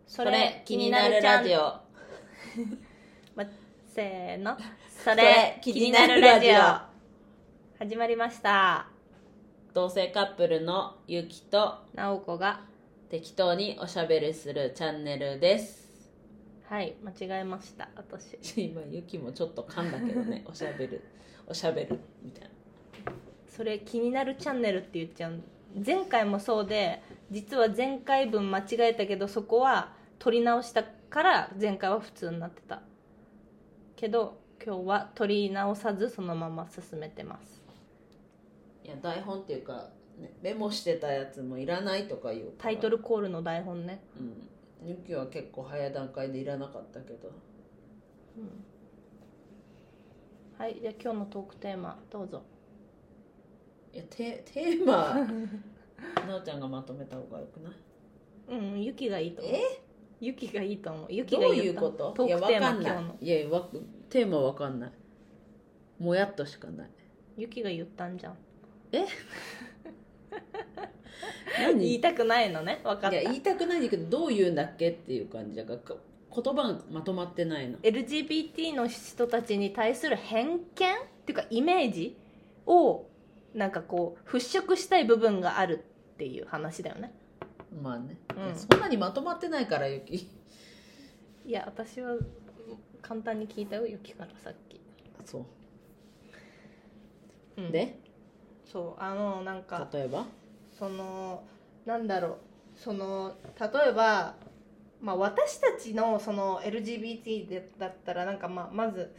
それ気になるラジオせーの、それ気になるラジオ始まりました。 同性カップルのゆきとなおこが適当におしゃべりするチャンネルです。 はい、間違えました。私今ゆきもちょっと噛んだけどねおしゃべるみたいな。 それ気になるチャンネルって言っちゃう。前回もそうで、実は前回分間違えたけど、そこは取り直したから前回は普通になってたけど、今日は取り直さずそのまま進めてます。 いや、台本っていうか、ね、メモしてたやつもいらないとか言うから。 タイトルコールの台本ね。 ゆきは結構早い段階でいらなかったけど、 はい、じゃあ今日のトークテーマどうぞ。 いや、テーマなおちゃんがまとめた方がよくない？ ゆきがいいと思う。ゆきがいいと思う。ゆきどうが言ったいうこと？ トークテーマいや、わかんない。 今日の。 いや、テーマわかんない。もやっとしかない。 ゆきが言ったんじゃん。 何言いたくないのね。分かった。 いや、言いたくないんだけど、どう言うんだっけっていう感じだから、言葉がまとまってないの。 LGBT の人たちに対する偏見っていうかイメージをなんかこう払拭したい部分があるっていう話だよね。 まあね、そんなにまとまってないからゆき。 いや、私は簡単に聞いたよ、ゆきからさっき。 そう、 うん、 でそうなんか例えばなんだろう、例えば、私たちのLGBT だったらなんかまず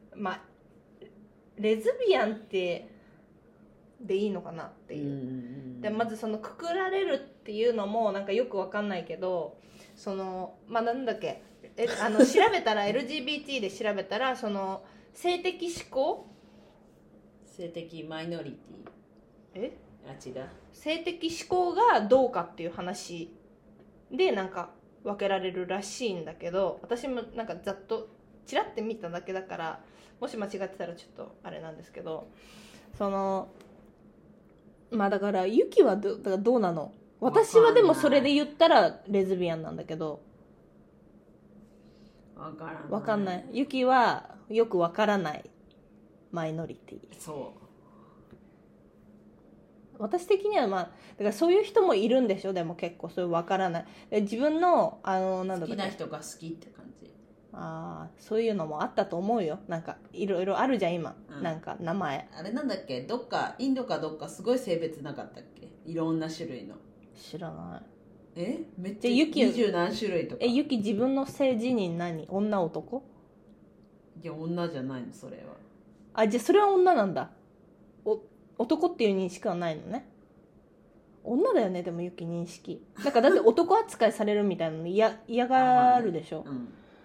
レズビアンってでいいのかなっていう、でまずくくられるっていうのもなんかよくわかんないけど、なんだっけ、調べたらLGBT で調べたら性的指向、 性的マイノリティ、違う、 性的指向がどうかっていう話でなんか分けられるらしいんだけど、私もなんかざっとチラッて見ただけだから、もし間違ってたらちょっとあれなんですけど、だからユキはだからどうなの？私はでもそれで言ったらレズビアンなんだけど、 わかんない。ユキはよくわからないマイノリティ。 そう、 私的にはだからそういう人もいるんでしょ。でも結構そういうわからない、自分のなんだろう、 好きな人が好きって感じ。 そういうのもあったと思うよ。なんかいろいろあるじゃん今、なんか名前あれなんだっけ、どっかインドかどっかすごい性別なかったっけ、いろんな種類の。 知らない。 めっちゃ20何種類とか。 ユキ自分の性自認何？女男？ いや、女じゃないのそれは。 じゃあそれは女なんだ。男っていう認識はないのね。女だよね。でもユキ認識なんかだって男扱いされるみたいなの嫌がるでしょ。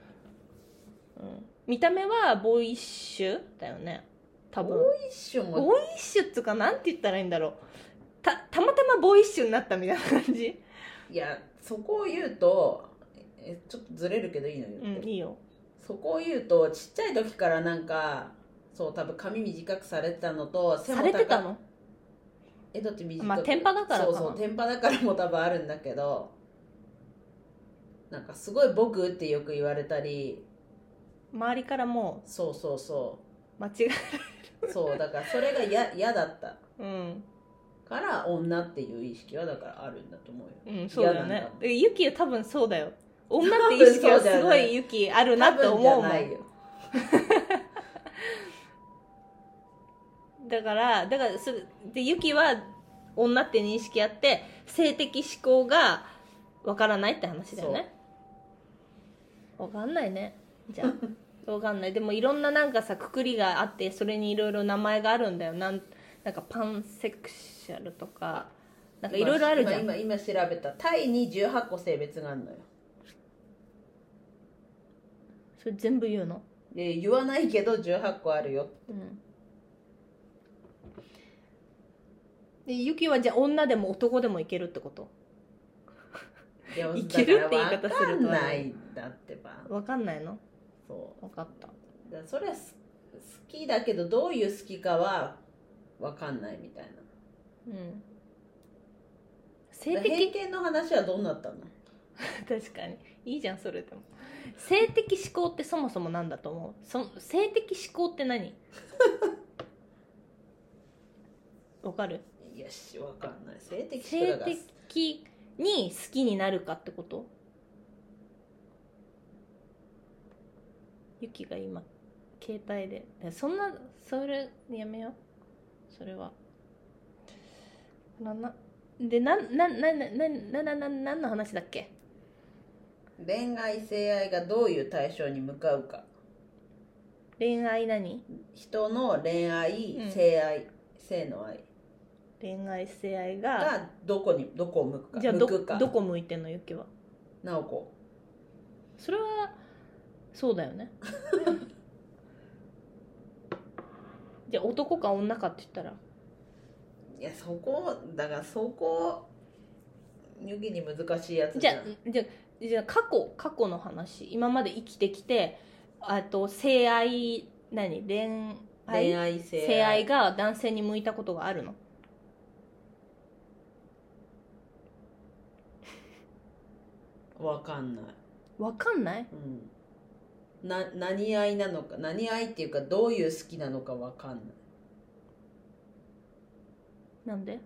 見た目はボーイッシュだよね多分。 ボーイッシュっつうか、なんて言ったらいいんだろう、たまたまボーイッシュになったみたいな感じ。 いや、そこを言うとちょっとずれるけどいいのよ。 いいよ。 そこを言うと、ちっちゃい時からなんか多分髪短くされてたのと、背も高されてたの？ だって短く、 天パだからかな。 そう天パだからも多分あるんだけど、なんかすごい僕ってよく言われたり、 周りからもそう間違えそうだからそれが嫌だったうんから女っていう意識はだからあるんだと思うよ。 そうだよね。ユキは多分そうだよ。女って意識はすごいユキあるなって思うもん。だからでユキは女って認識あって性的指向がわからないって話だよね。わかんないね。じゃあわかんない。でもいろんななんかさくくりがあって、それにいろいろ名前があるんだよ。なんかパンセクシャルとかなんかいろいろあるじゃん。 今調べた。タイに18個性別があるのよ。 それ全部言うの？ 言わないけど18個あるよ。 でユキはじゃあ女でも男でもいけるってこと？いけるって言い方すると分かんないんだってば。 分かんないの？ そう分かった。 それは好きだけど、どういう好きかは分かんないみたいな。性的偏見の話はどうなったの？ 確かにいいじゃんそれでも。性的思考ってそもそもなんだと思う？性的思考って何？わかる？ いやしわかんない。性的性思考だから的に好きになるかってこと？ゆきが今携帯でそれやめよう。それは何の話だっけ？ 恋愛性愛がどういう対象に向かうか。 恋愛何？ 人の恋愛、 うん性愛、性の愛恋愛性愛ががどこを向くか。 じゃあ向くか。 どこ向いてんのゆきは？ なおこ。 それはそうだよね。じゃあ男か女かって言ったら？ いやそこゆきに難しいやつじゃあ過去の話、今まで生きてきて性愛恋愛性愛が男性に向いたことがあるの？ わかんない。 わかんない？ 何愛なのか、何愛っていうかどういう好きなのかわかんない。 なんで？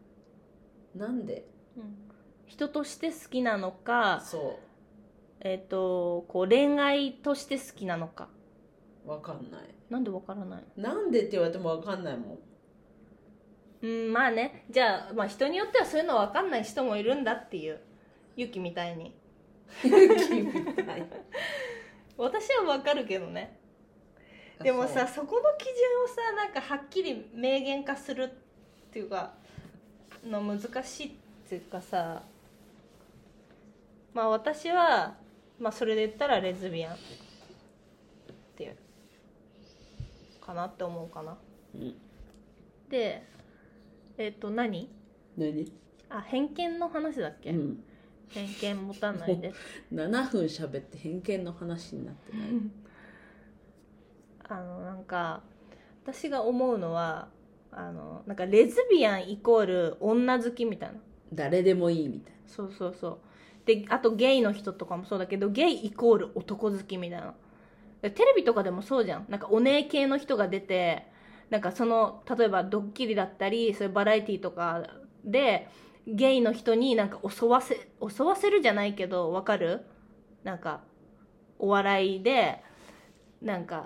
人として好きなのか、こう恋愛として好きなのかわかんない。 なんでわからない？ なんでって言われてもわかんないもん。 まあね、じゃあ、人によってはそういうのわかんない人もいるんだっていう。ゆきみたいに。 ゆきみたい。 私はわかるけどね。でもさ、そこの基準をさ、なんかはっきり明言化するっていうかの難しいっていうかさ、私はそれで言ったらレズビアンっていうかなって思うかな。で何偏見の話だっけ？偏見持たないで。 7分喋って偏見の話になってない。 なんか私が思うのはなんかレズビアンイコール女好きみたいな。 誰でもいいみたいな。 そうで、あとゲイの人とかもそうだけど、ゲイイコール男好きみたいな。テレビとかでもそうじゃん。なんかお姉系の人が出て、なんか例えばドッキリだったりそういうバラエティとかでゲイの人になんか襲わせるじゃないけど、わかる？なんかお笑いでなんか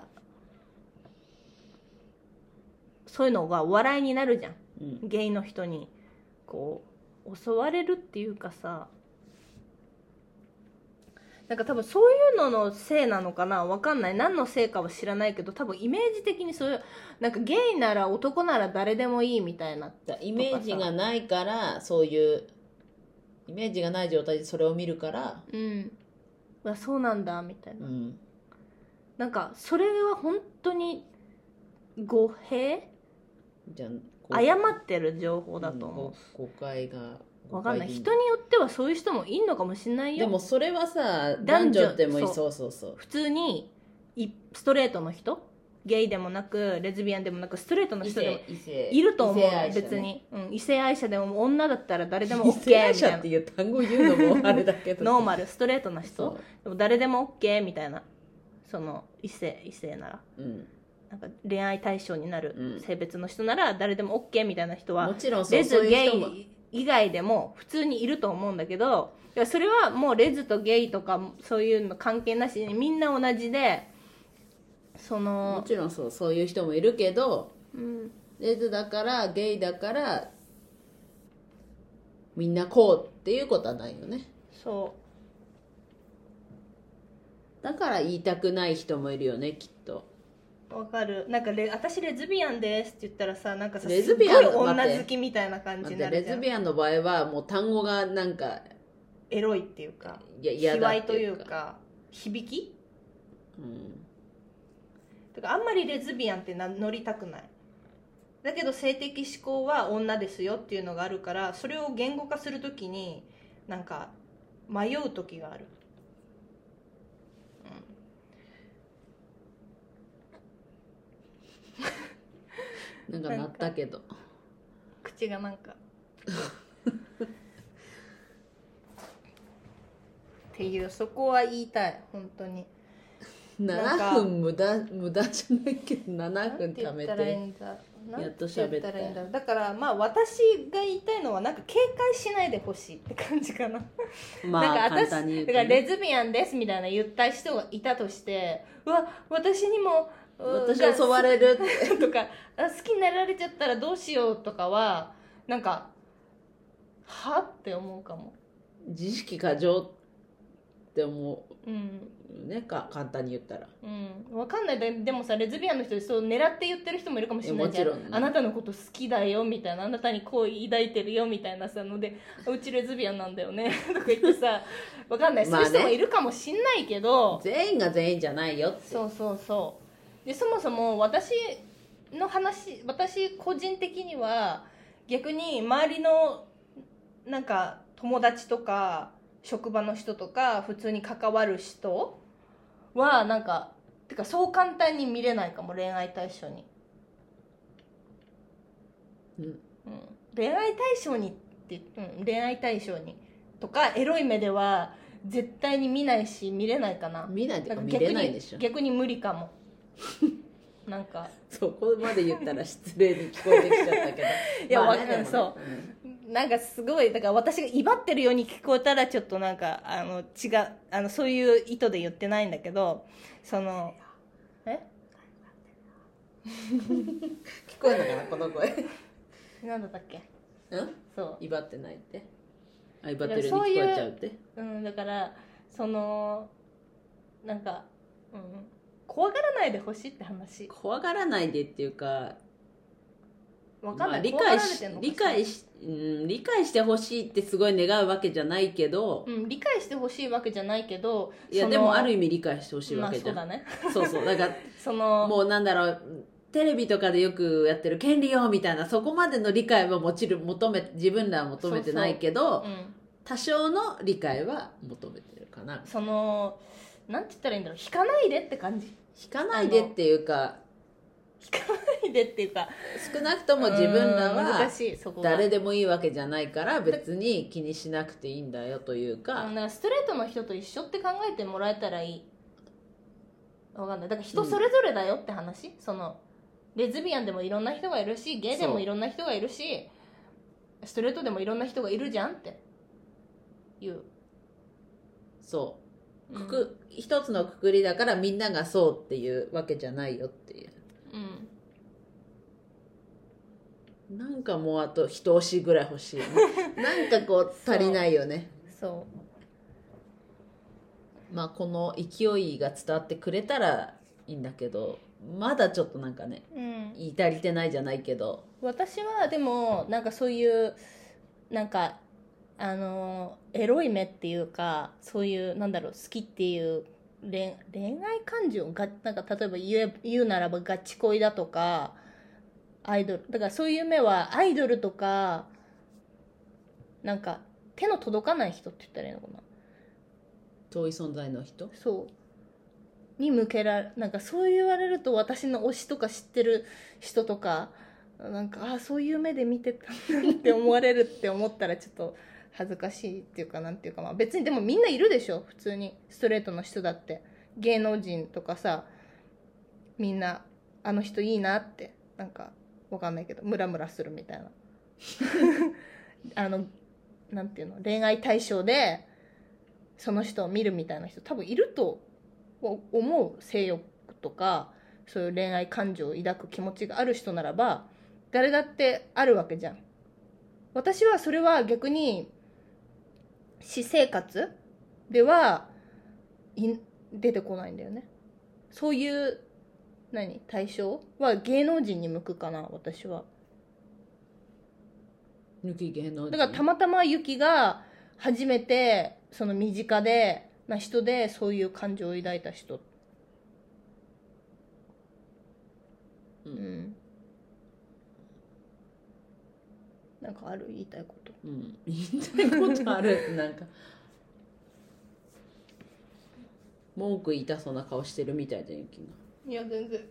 そういうのがお笑いになるじゃん、ゲイの人にこう襲われるっていうかさ、なんか多分そういうののせいなのかな、わかんない。何のせいかは知らないけど、多分イメージ的にそういうなんかゲイなら男なら誰でもいいみたいなイメージがないから、そういうイメージがない状態でそれを見るから、 そうなんだみたいな、なんかそれは本当に誤弊？誤ってる情報だと思う。 誤解がわかんない。人によってはそういう人もいんのかもしれないよ。 でもそれはさ、男女でもいい。そう普通にストレートの人、ゲイでもなくレズビアンでもなくストレートの人でもいると思う。別に、異性愛者でも女だったら誰でも OK みたいな。異性愛者っていう単語言うのもあれだけどノーマルストレートな人でも誰でも OK みたいな、その異性なら、なんか恋愛対象になる性別の人なら誰でも OK みたいな人は、 もちろんレズゲイ以外でも普通にいると思うんだけど、それはもうレズとゲイとかそういうの関係なしにみんな同じで、もちろんそういう人もいるけど、レズだからゲイだからみんなこうっていうことはないよね。だから言いたくない人もいるよね、きっと。 わかる。なんか私レズビアンですって言ったらさ、なんかさ、 レズビアンすごい女好きみたいな感じになるじゃん。 レズビアンの場合はもう単語がなんかエロいっていうか、卑猥というか響き、だからあんまりレズビアンって名乗りたくない。だけど性的指向は女ですよっていうのがあるから、それを言語化するときになんか迷う時がある。 なんかなったけど口がなんかっっていう、そこは言いたい本当に。 7分無駄じゃないけど7分貯めてやっと喋っただからまあ私が言いたいのはなんか警戒しないでほしいって感じかな。 まあなんか簡単に言うと、 だからね、 レズビアンですみたいな言った人がいたとして、うわ私にも私襲われるってとか好きになられちゃったらどうしようとかはなんかはって思うかも。 自意識過剰って思うんうね、簡単に言ったら。 分かんない。でもさレズビアンの人でそう狙って言ってる人もいるかもしれないじゃん。 もちろんね、 あなたのこと好きだよみたいな、あなたに好意抱いてるよみたいなさので、うちレズビアンなんだよねとか言ってさ、分かんない、そういう人もいるかもしんないけど、 全員が全員じゃないよって。 そうで、そもそも私個人的には逆に周りのなんか友達とか職場の人とか普通に関わる人はなんかてかそう簡単に見れないかも、恋愛対象に、恋愛対象にって、恋愛対象にとかエロい目では絶対に見ないし見れないかな。 見ないってか見れないでしょ。 逆に無理かもなんかそこまで言ったら失礼に聞こえてきちゃったけどいや、 まあね、 ね、そう、なんかすごいだから私が威張ってるように聞こえたらちょっとなんか違う、そういう意図で言ってないんだけど、その聞こえるのかなこの声なんだったっけ。そう威張ってないって威張ってるように聞こえちゃうって。 だからそのなんか、怖がらないでほしいって話。 怖がらないでっていうか、 わかんない、 理解してほしいってすごい願うわけじゃないけど、 理解してほしいわけじゃないけど、 いやでもある意味理解してほしいわけじゃん、 そうだねそうだからもうなんだろう、テレビとかでよくやってる権利よみたいな、そこまでの理解はもちろん自分らは求めてないけど、多少の理解は求めてるかな。 なんて言ったらいいんだろう、引かないでって感じ。 引かないでっていうか少なくとも自分らは誰でもいいわけじゃないから別に気にしなくていいんだよというか、 ストレートの人と一緒って考えてもらえたらいい。わかんない、だから人それぞれだよって話、レズビアンでもいろんな人がいるし、ゲイでもいろんな人がいるし、ストレートでもいろんな人がいるじゃんっていう。 そう、一つのくくりだからみんながそうっていうわけじゃないよっていう。なんかもうあと一押しぐらい欲しいねなんかこう足りないよね。まあこの勢いが伝わってくれたらいいんだけど、まだちょっとなんかね、言い足りてないじゃないけど、 私はでもなんかそういうなんかエロい目っていうか、そういうなんだろう、好きっていう恋愛感情がなんか例えば言うならばガチ恋だとかアイドルだから、そういう目はアイドルとかなんか手の届かない人って言ったらいいのかな、 遠い存在の人に向けなんかそう言われると、私の推しとか知ってる人とかなんかそういう目で見てたんだって思われるって思ったらちょっと恥ずかしいっていうか、なんていうか、別にでもみんないるでしょ、普通にストレートの人だって。芸能人とかさ、みんなあの人いいなってなんかわかんないけどムラムラするみたいななんていうの、恋愛対象でその人を見るみたいな人多分いると思う。性欲とかそういう恋愛感情を抱く気持ちがある人ならば誰だってあるわけじゃん。私はそれは逆に私生活では出てこないんだよね。そういう対象は芸能人に向くかな、私は。 抜き芸能人だからたまたまユキが初めてその身近な人でそういう感情を抱いた人、なんかある言いたいこと、 言いたいことあるなんか文句言いたそうな顔してるみたいじゃん、ユキが。 いや全然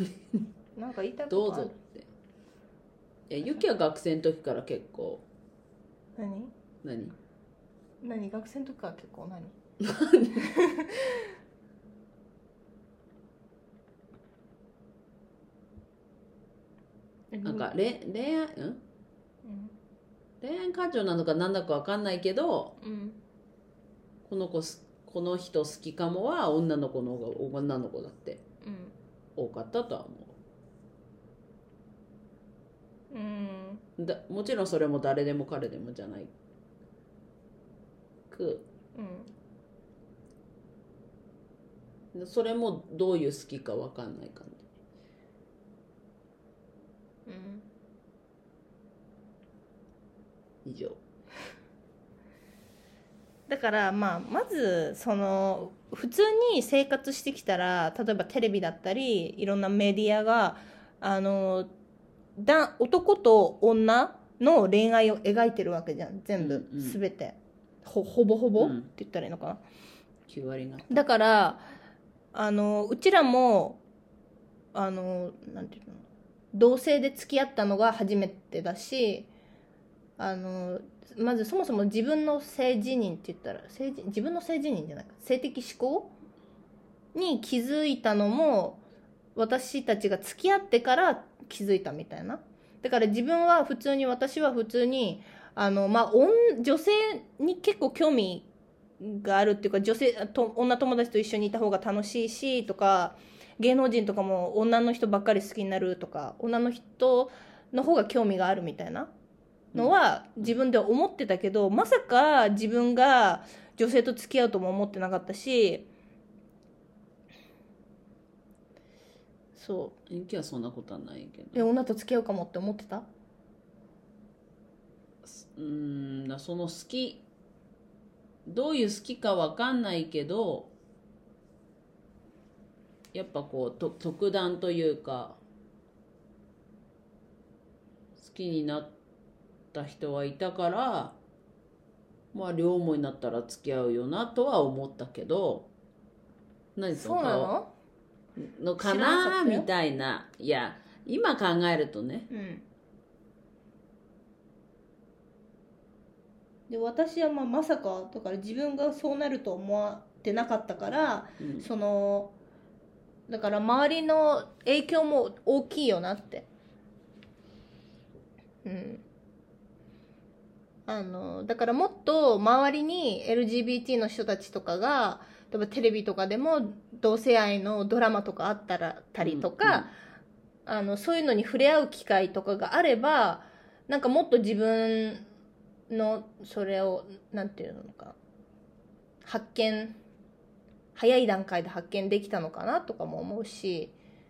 なんか言いたいことある。 どうぞって。いやユキは学生の時から結構何学生の時から結構何なんか恋愛感情なのか何だか分かんないけど、この人好きかもは女の子の方が女の子だって多かったとは思う。もちろんそれも誰でも彼でもじゃないく、それもどういう好きか分かんない感じ。以上。 だからまず普通に生活してきたら、例えばテレビだったりいろんなメディアが男と女の恋愛を描いてるわけじゃん、全部、全てほぼほぼ、って言ったらいいのかな、 9割が。 だからうちらもなんていうの、同性で付き合ったのが初めてだし、まずそもそも自分の性自認って言ったら自分の性自認じゃないか、性的指向に気づいたのも私たちが付き合ってから気づいたみたいな。だから私は普通に女性に結構興味があるっていうか、女友達と一緒にいた方が楽しいしとか、芸能人とかも女の人ばっかり好きになるとか、女の人の方が興味があるみたいなのは自分で思ってたけど、まさか自分が女性と付き合うとも思ってなかったし、 ゆきはそんなことはないけど。 女と付き合うかもって思ってた？ その好き、どういう好きか分かんないけど、やっぱこう特段というか好きになった人はいたから、まあ両思いになったら付き合うよなとは思ったけど、 そうなのかなみたいな。いや今考えるとね、 で私はまさかだから自分がそうなると思ってなかったから、だから周りの影響も大きいよなって。だからもっと周りに LGBT の人たちとかが、例えばテレビとかでも同性愛のドラマとかあったりとか、そういうのに触れ合う機会とかがあれば、なんかもっと自分のそれをなんていうのか、早い段階で発見できたのかなとかも思うし、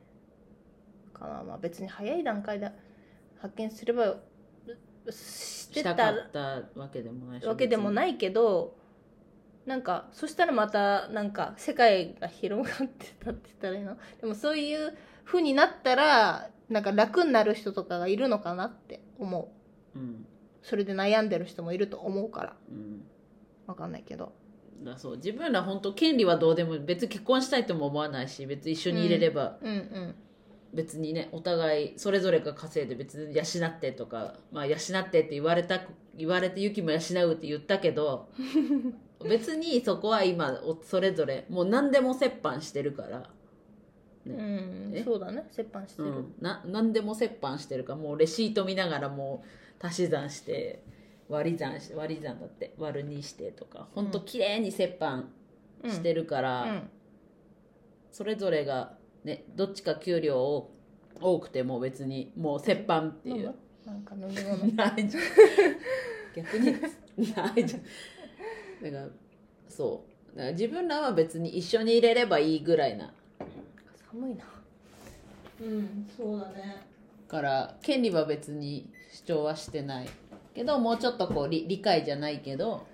別に早い段階で発見すればしたかったわけでもないけど、なんかそしたらまたなんか世界が広がってたって言ったらいいの？でもそういう風になったらなんか楽になる人とかがいるのかなって思う。それで悩んでる人もいると思うから、分かんないけど。 そう、自分ら本当権利はどうでも、別に結婚したいとも思わないし、別に一緒に入れれば、別にね、お互いそれぞれが稼いで別に養ってとか、養ってって言われてユキも養うって言ったけど別にそこは今それぞれもう何でも折半してるから、 そうだね、折半してる、 何でも折半してるから、もうレシート見ながらもう足し算して割り算だって割る2してとか、本当綺麗に折半してるから、それぞれがね、どっちか給料多くても別にもう折半っていう、 なんか飲み物ないじゃん逆にないじゃん。だからだから自分らは別に一緒に入れればいいぐらいな。 寒いな。そうだね。 から権利は別に主張はしてないけど、もうちょっとこう理解じゃないけど、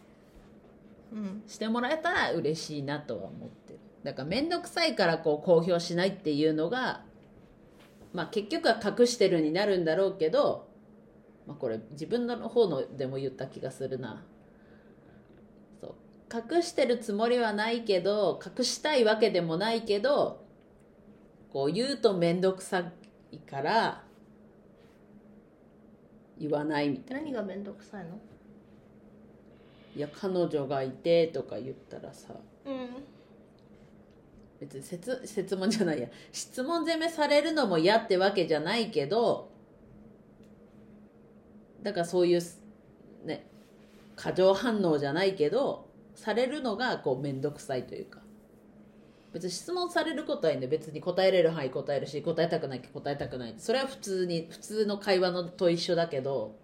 してもらえたら嬉しいなとは思ってる。だから面倒くさいからこう公表しないっていうのが、結局は隠してるになるんだろうけど、これ自分の方のでも言った気がするな。隠してるつもりはないけど、隠したいわけでもないけど、こう言うと面倒くさいから言わないみたいな。 何が面倒くさいの？ いや彼女がいてとか言ったらさ、別に質問じゃないや、質問攻めされるのも嫌ってわけじゃないけど、だからそういうね過剰反応じゃないけどされるのがこう面倒くさいというか、別に質問されることはいいんで、別に答えれる範囲答えるし、答えたくない答えたくない、それは普通の会話のと一緒だけど、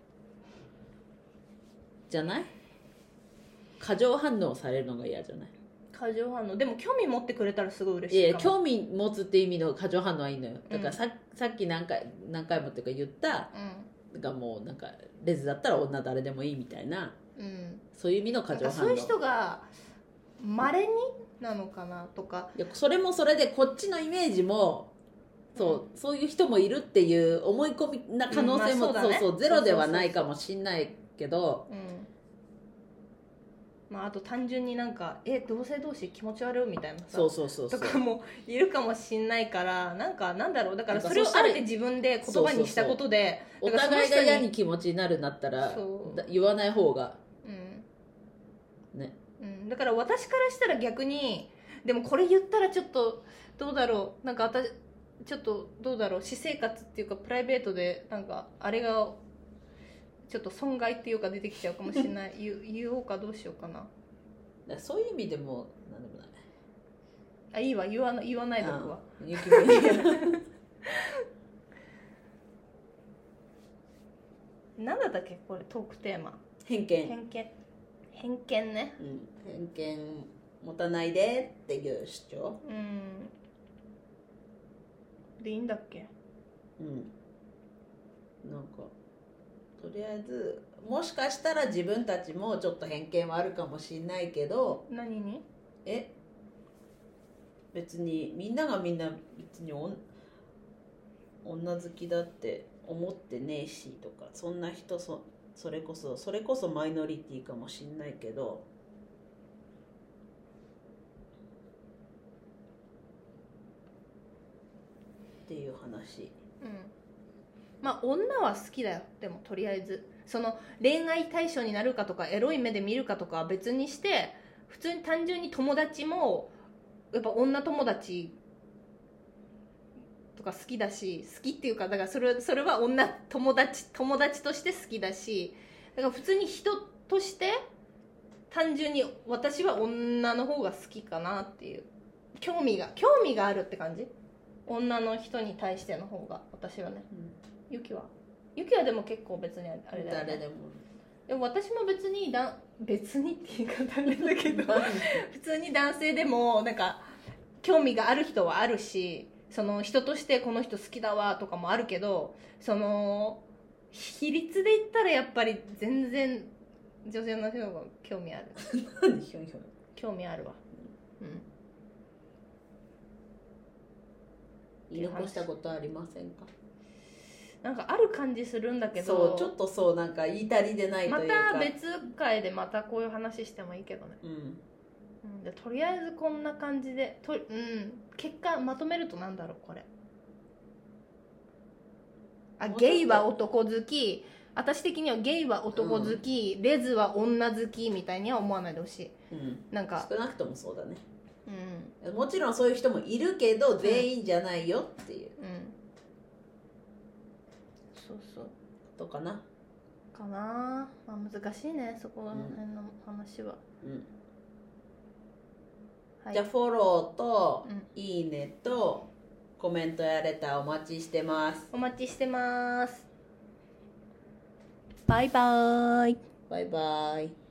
じゃない？過剰反応されるのが嫌じゃない？ 過剰反応でも興味持ってくれたらすごい嬉しいかも。 いや興味持つって意味の過剰反応はいいのよ。だからさっき何回もっていうか言った、がもうなんかレズだったら女誰でもいいみたいな、そういう意味の過剰反応。 そういう人が稀になのかなとか。 いやそれもそれでこっちのイメージもそういう人もいるっていう思い込みな可能性も、ゼロではないかもしんないけど、 あと単純になんか同性同士気持ち悪いみたいなさとかもいるかもしんないから、なんだろう、だからそれをあえて自分で言葉にしたことでお互いが嫌に気持ちになるんだったら言わない方がね、 だから私からしたら逆に、でもこれ言ったらちょっとどうだろう、なんか私ちょっとどうだろう、私生活っていうかプライベートでなんかあれがちょっと損害っていうか出てきちゃうかもしれない言おうかどうしようかな。 そういう意味でもなんでもない。 いいわ、言わないでおくわ。なんだったっけこれトークテーマ。偏見ね、 偏見持たないでっていう主張。 でいいんだっけ。 なんかとりあえずもしかしたら自分たちもちょっと偏見はあるかもしれないけど、 何に？ 別にみんながみんな別に女好きだって思ってねえしとか、そんな人それこそマイノリティかもしれないけど、っていう話。 女は好きだよ。でもとりあえずその恋愛対象になるかとかエロい目で見るかとかは別にして、普通に単純に友達もやっぱ女友達とか好きだし、好きっていうかだからそれは友達として好きだし、だから普通に人として単純に私は女の方が好きかなっていう、興味があるって感じ。女の人に対しての方が私はね。ゆきはでも結構別にあれだよね。 誰でも。 でも私も別にって言い方あれだけど普通に男性でもなんか興味がある人はあるし、その人としてこの人好きだわとかもあるけど、その比率で言ったらやっぱり全然女性の人が興味ある興味あるわ。 言い残したことありませんか？ なんかある感じするんだけど、ちょっとなんか言い足りでないというか、 また別回でまたこういう話してもいいけどね。でとりあえずこんな感じで結果まとめるとなんだろうこれ。ゲイは男好き、私的にはゲイは男好き、レズは女好きみたいには思わないでほしい。なんか少なくともそうだね。もちろんそういう人もいるけど全員じゃないよっていう、 そうとかな、 難しいねそこら辺の話は。 じゃあフォローといいねとコメントやレターお待ちしてます。 バイバーイ。 バイバイ。